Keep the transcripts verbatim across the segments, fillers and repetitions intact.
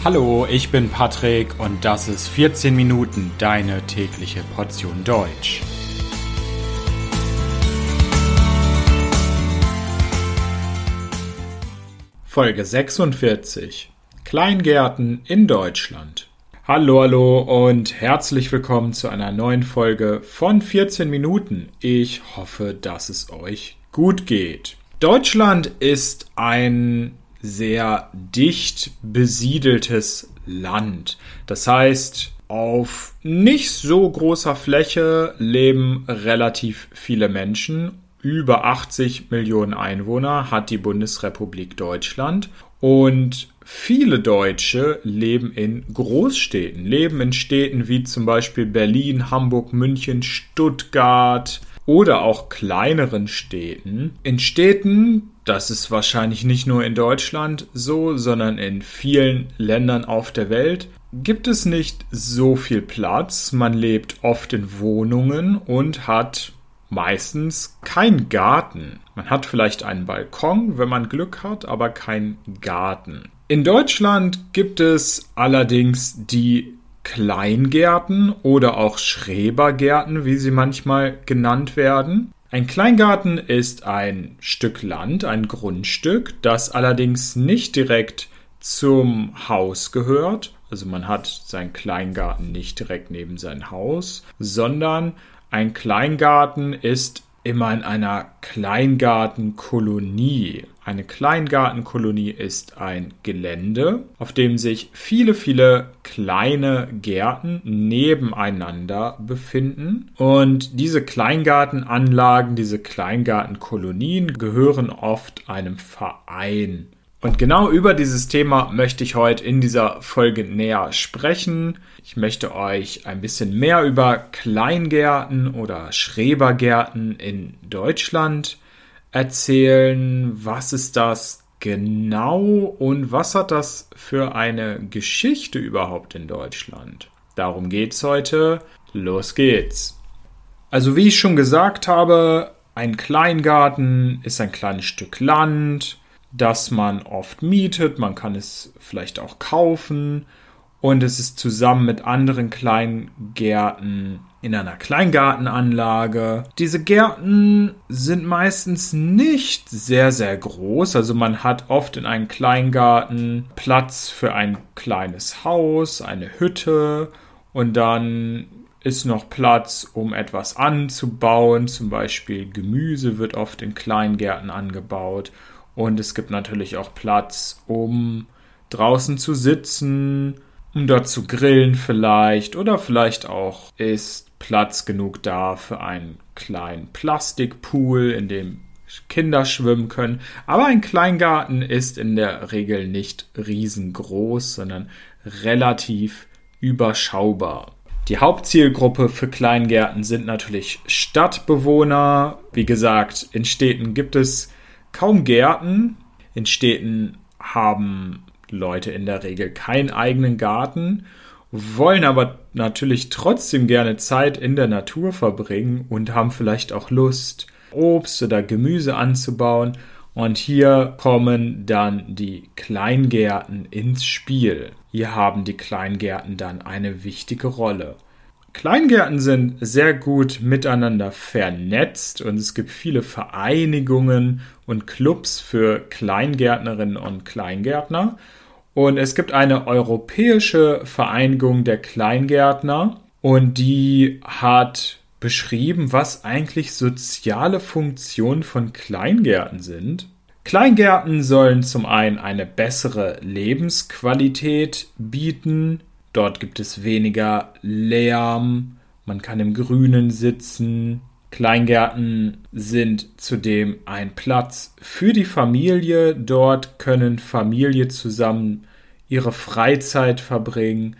Hallo, ich bin Patrick und das ist vierzehn Minuten, deine tägliche Portion Deutsch. Folge sechsundvierzig. Kleingärten in Deutschland. Hallo, hallo und herzlich willkommen zu einer neuen Folge von vierzehn Minuten. Ich hoffe, dass es euch gut geht. Deutschland ist ein sehr dicht besiedeltes Land. Das heißt, auf nicht so großer Fläche leben relativ viele Menschen. Über achtzig Millionen Einwohner hat die Bundesrepublik Deutschland und viele Deutsche leben in Großstädten, leben in Städten wie zum Beispiel Berlin, Hamburg, München, Stuttgart oder auch kleineren Städten. In Städten, das ist wahrscheinlich nicht nur in Deutschland so, sondern in vielen Ländern auf der Welt, gibt es nicht so viel Platz. Man lebt oft in Wohnungen und hat meistens keinen Garten. Man hat vielleicht einen Balkon, wenn man Glück hat, aber keinen Garten. In Deutschland gibt es allerdings die Kleingärten oder auch Schrebergärten, wie sie manchmal genannt werden. Ein Kleingarten ist ein Stück Land, ein Grundstück, das allerdings nicht direkt zum Haus gehört. Also man hat seinen Kleingarten nicht direkt neben sein Haus, sondern ein Kleingarten ist immer in einer Kleingartenkolonie. Eine Kleingartenkolonie ist ein Gelände, auf dem sich viele, viele kleine Gärten nebeneinander befinden. Und diese Kleingartenanlagen, diese Kleingartenkolonien gehören oft einem Verein. Und genau über dieses Thema möchte ich heute in dieser Folge näher sprechen. Ich möchte euch ein bisschen mehr über Kleingärten oder Schrebergärten in Deutschland erzählen. Was ist das genau und was hat das für eine Geschichte überhaupt in Deutschland? Darum geht's heute. Los geht's. Also wie ich schon gesagt habe, ein Kleingarten ist ein kleines Stück Land, das man oft mietet, man kann es vielleicht auch kaufen und es ist zusammen mit anderen Kleingärten in einer Kleingartenanlage. Diese Gärten sind meistens nicht sehr, sehr groß, also man hat oft in einem Kleingarten Platz für ein kleines Haus, eine Hütte und dann ist noch Platz, um etwas anzubauen, zum Beispiel Gemüse wird oft in Kleingärten angebaut. Und es gibt natürlich auch Platz, um draußen zu sitzen, um dort zu grillen vielleicht. Oder vielleicht auch ist Platz genug da für einen kleinen Plastikpool, in dem Kinder schwimmen können. Aber ein Kleingarten ist in der Regel nicht riesengroß, sondern relativ überschaubar. Die Hauptzielgruppe für Kleingärten sind natürlich Stadtbewohner. Wie gesagt, in Städten gibt es kaum Gärten. In Städten haben Leute in der Regel keinen eigenen Garten, wollen aber natürlich trotzdem gerne Zeit in der Natur verbringen und haben vielleicht auch Lust, Obst oder Gemüse anzubauen. Und hier kommen dann die Kleingärten ins Spiel. Hier haben die Kleingärten dann eine wichtige Rolle. Kleingärten sind sehr gut miteinander vernetzt und es gibt viele Vereinigungen und Clubs für Kleingärtnerinnen und Kleingärtner. Und es gibt eine europäische Vereinigung der Kleingärtner und die hat beschrieben, was eigentlich soziale Funktionen von Kleingärten sind. Kleingärten sollen zum einen eine bessere Lebensqualität bieten. Dort gibt es weniger Lärm, man kann im Grünen sitzen. Kleingärten sind zudem ein Platz für die Familie. Dort können Familien zusammen ihre Freizeit verbringen.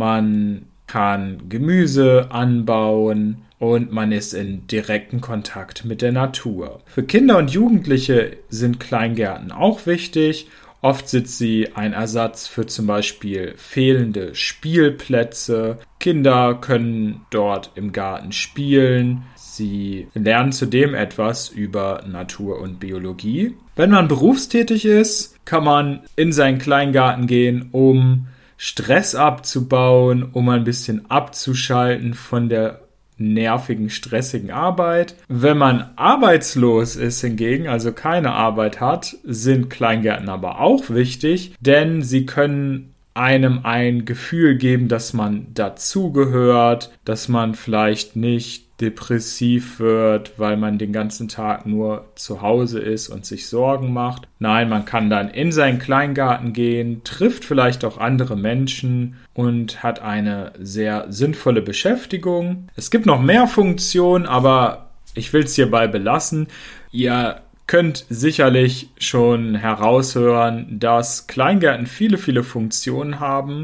Man kann Gemüse anbauen und man ist in direktem Kontakt mit der Natur. Für Kinder und Jugendliche sind Kleingärten auch wichtig. Oft sind sie ein Ersatz für zum Beispiel fehlende Spielplätze. Kinder können dort im Garten spielen. Sie lernen zudem etwas über Natur und Biologie. Wenn man berufstätig ist, kann man in seinen Kleingarten gehen, um Stress abzubauen, um ein bisschen abzuschalten von der nervigen, stressigen Arbeit. Wenn man arbeitslos ist hingegen, also keine Arbeit hat, sind Kleingärten aber auch wichtig, denn sie können einem ein Gefühl geben, dass man dazugehört, dass man vielleicht nicht depressiv wird, weil man den ganzen Tag nur zu Hause ist und sich Sorgen macht. Nein, man kann dann in seinen Kleingarten gehen, trifft vielleicht auch andere Menschen und hat eine sehr sinnvolle Beschäftigung. Es gibt noch mehr Funktionen, aber ich will es hierbei belassen. Ihr könnt sicherlich schon heraushören, dass Kleingärten viele, viele Funktionen haben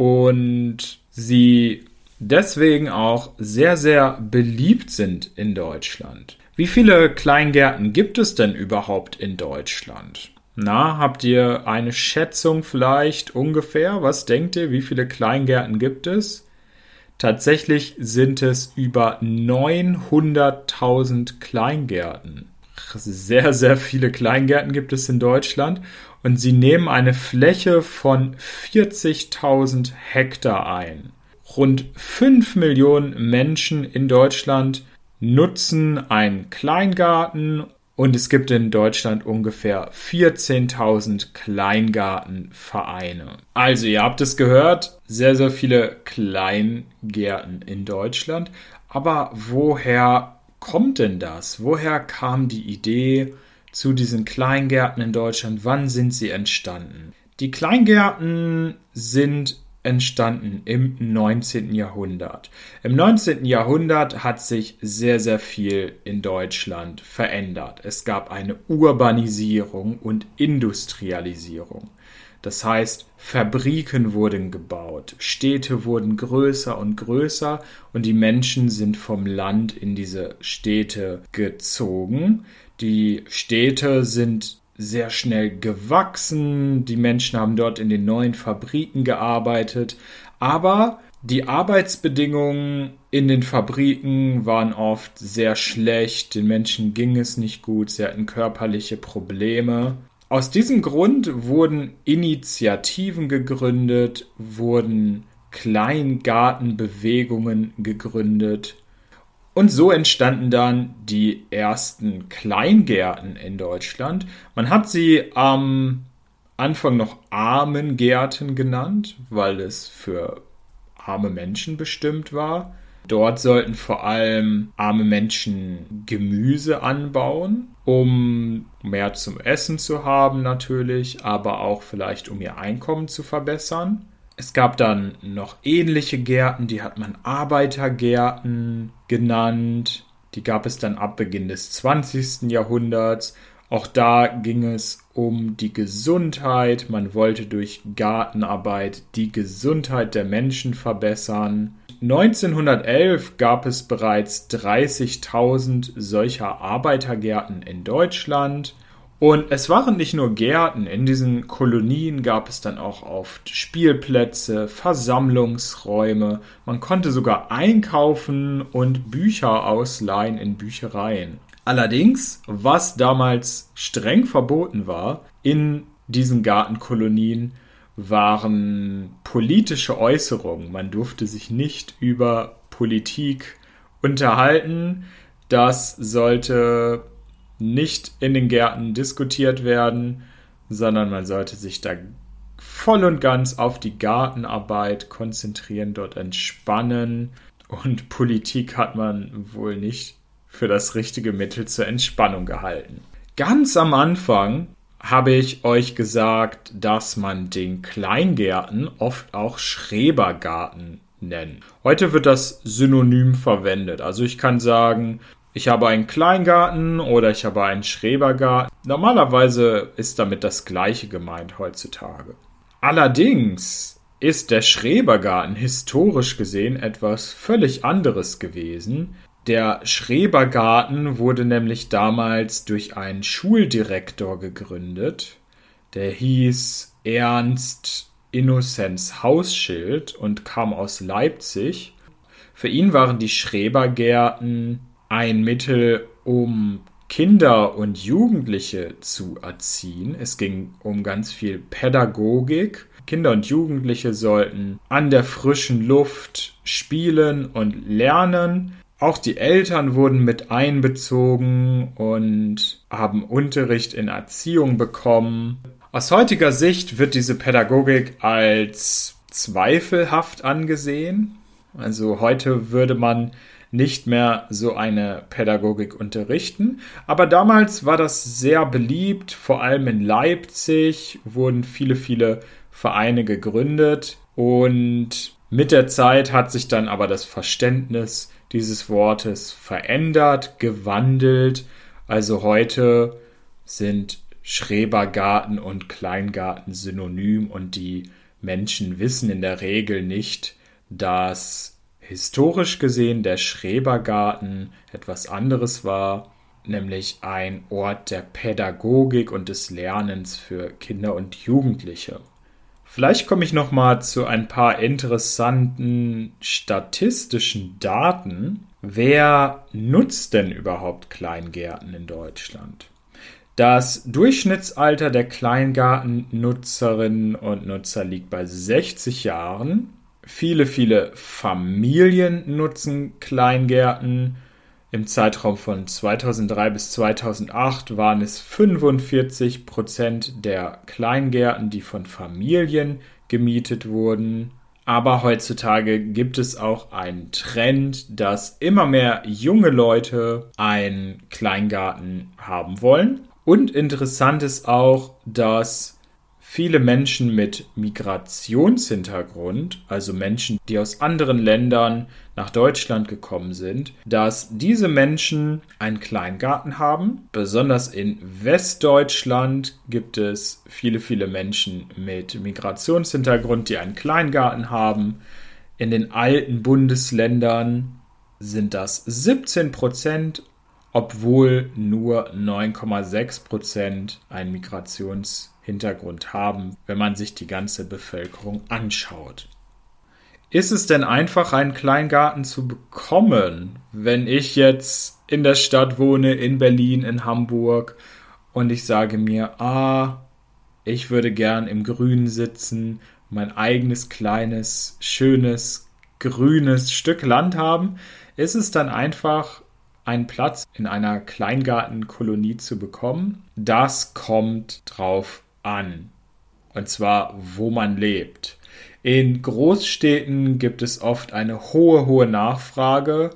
und sie deswegen auch sehr, sehr beliebt sind in Deutschland. Wie viele Kleingärten gibt es denn überhaupt in Deutschland? Na, habt ihr eine Schätzung vielleicht ungefähr? Was denkt ihr, wie viele Kleingärten gibt es? Tatsächlich sind es über neunhunderttausend Kleingärten. Sehr, sehr viele Kleingärten gibt es in Deutschland und sie nehmen eine Fläche von vierzigtausend Hektar ein. Rund fünf Millionen Menschen in Deutschland nutzen einen Kleingarten und es gibt in Deutschland ungefähr vierzehntausend Kleingartenvereine. Also ihr habt es gehört, sehr, sehr viele Kleingärten in Deutschland. Aber woher kommt denn das? Woher kam die Idee zu diesen Kleingärten in Deutschland? Wann sind sie entstanden? Die Kleingärten sind entstanden im neunzehnten Jahrhundert. Im neunzehnten Jahrhundert hat sich sehr, sehr viel in Deutschland verändert. Es gab eine Urbanisierung und Industrialisierung. Das heißt, Fabriken wurden gebaut, Städte wurden größer und größer und die Menschen sind vom Land in diese Städte gezogen. Die Städte sind sehr schnell gewachsen, die Menschen haben dort in den neuen Fabriken gearbeitet, aber die Arbeitsbedingungen in den Fabriken waren oft sehr schlecht, den Menschen ging es nicht gut, sie hatten körperliche Probleme. Aus diesem Grund wurden Initiativen gegründet, wurden Kleingartenbewegungen gegründet und so entstanden dann die ersten Kleingärten in Deutschland. Man hat sie am Anfang noch Armengärten genannt, weil es für arme Menschen bestimmt war. Dort sollten vor allem arme Menschen Gemüse anbauen, um mehr zum Essen zu haben natürlich, aber auch vielleicht um ihr Einkommen zu verbessern. Es gab dann noch ähnliche Gärten, die hat man Arbeitergärten genannt. Die gab es dann ab Beginn des zwanzigsten Jahrhunderts. Auch da ging es um die Gesundheit. Man wollte durch Gartenarbeit die Gesundheit der Menschen verbessern. neunzehnhundertelf gab es bereits dreißigtausend solcher Arbeitergärten in Deutschland. Und es waren nicht nur Gärten, in diesen Kolonien gab es dann auch oft Spielplätze, Versammlungsräume, man konnte sogar einkaufen und Bücher ausleihen in Büchereien. Allerdings, was damals streng verboten war in diesen Gartenkolonien, waren politische Äußerungen. Man durfte sich nicht über Politik unterhalten, das sollte nicht in den Gärten diskutiert werden, sondern man sollte sich da voll und ganz auf die Gartenarbeit konzentrieren, dort entspannen und Politik hat man wohl nicht für das richtige Mittel zur Entspannung gehalten. Ganz am Anfang habe ich euch gesagt, dass man den Kleingärten oft auch Schrebergarten nennt. Heute wird das synonym verwendet. Also ich kann sagen, ich habe einen Kleingarten oder ich habe einen Schrebergarten. Normalerweise ist damit das Gleiche gemeint heutzutage. Allerdings ist der Schrebergarten historisch gesehen etwas völlig anderes gewesen. Der Schrebergarten wurde nämlich damals durch einen Schuldirektor gegründet. Der hieß Ernst Innocenz Hauschild und kam aus Leipzig. Für ihn waren die Schrebergärten ein Mittel, um Kinder und Jugendliche zu erziehen. Es ging um ganz viel Pädagogik. Kinder und Jugendliche sollten an der frischen Luft spielen und lernen. Auch die Eltern wurden mit einbezogen und haben Unterricht in Erziehung bekommen. Aus heutiger Sicht wird diese Pädagogik als zweifelhaft angesehen. Also heute würde man nicht mehr so eine Pädagogik unterrichten. Aber damals war das sehr beliebt, vor allem in Leipzig wurden viele, viele Vereine gegründet. Und mit der Zeit hat sich dann aber das Verständnis dieses Wortes verändert, gewandelt. Also heute sind Schrebergarten und Kleingarten synonym und die Menschen wissen in der Regel nicht, dass historisch gesehen der Schrebergarten etwas anderes war, nämlich ein Ort der Pädagogik und des Lernens für Kinder und Jugendliche. Vielleicht komme ich noch mal zu ein paar interessanten statistischen Daten. Wer nutzt denn überhaupt Kleingärten in Deutschland? Das Durchschnittsalter der Kleingartennutzerinnen und Nutzer liegt bei sechzig Jahren. Viele, viele Familien nutzen Kleingärten. Im Zeitraum von zweitausenddrei bis zweitausendacht waren es fünfundvierzig Prozent der Kleingärten, die von Familien gemietet wurden. Aber heutzutage gibt es auch einen Trend, dass immer mehr junge Leute einen Kleingarten haben wollen. Und interessant ist auch, dass viele Menschen mit Migrationshintergrund, also Menschen, die aus anderen Ländern nach Deutschland gekommen sind, dass diese Menschen einen Kleingarten haben. Besonders in Westdeutschland gibt es viele, viele Menschen mit Migrationshintergrund, die einen Kleingarten haben. In den alten Bundesländern sind das siebzehn Prozent, obwohl nur neun Komma sechs Prozent einen Migrationshintergrund haben, wenn man sich die ganze Bevölkerung anschaut. Ist es denn einfach, einen Kleingarten zu bekommen, wenn ich jetzt in der Stadt wohne, in Berlin, in Hamburg und ich sage mir, ah, ich würde gern im Grünen sitzen, mein eigenes kleines, schönes, grünes Stück Land haben? Ist es dann einfach, einen Platz in einer Kleingartenkolonie zu bekommen? Das kommt drauf an. Und zwar, wo man lebt. In Großstädten gibt es oft eine hohe, hohe Nachfrage,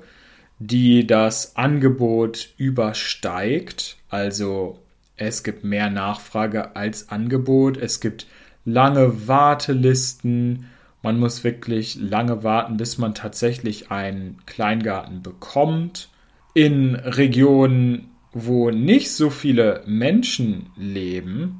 die das Angebot übersteigt. Also es gibt mehr Nachfrage als Angebot. Es gibt lange Wartelisten. Man muss wirklich lange warten, bis man tatsächlich einen Kleingarten bekommt. In Regionen, wo nicht so viele Menschen leben,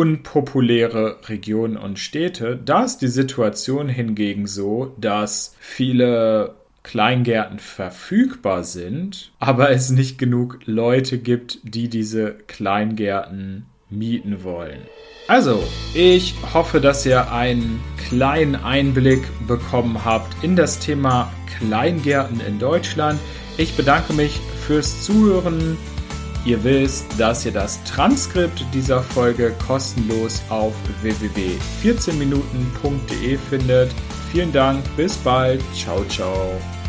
unpopuläre Regionen und Städte, da ist die Situation hingegen so, dass viele Kleingärten verfügbar sind, aber es nicht genug Leute gibt, die diese Kleingärten mieten wollen. Also, ich hoffe, dass ihr einen kleinen Einblick bekommen habt in das Thema Kleingärten in Deutschland. Ich bedanke mich fürs Zuhören. Ihr wisst, dass ihr das Transkript dieser Folge kostenlos auf w w w punkt vierzehn minuten punkt de findet. Vielen Dank, bis bald. Ciao, ciao.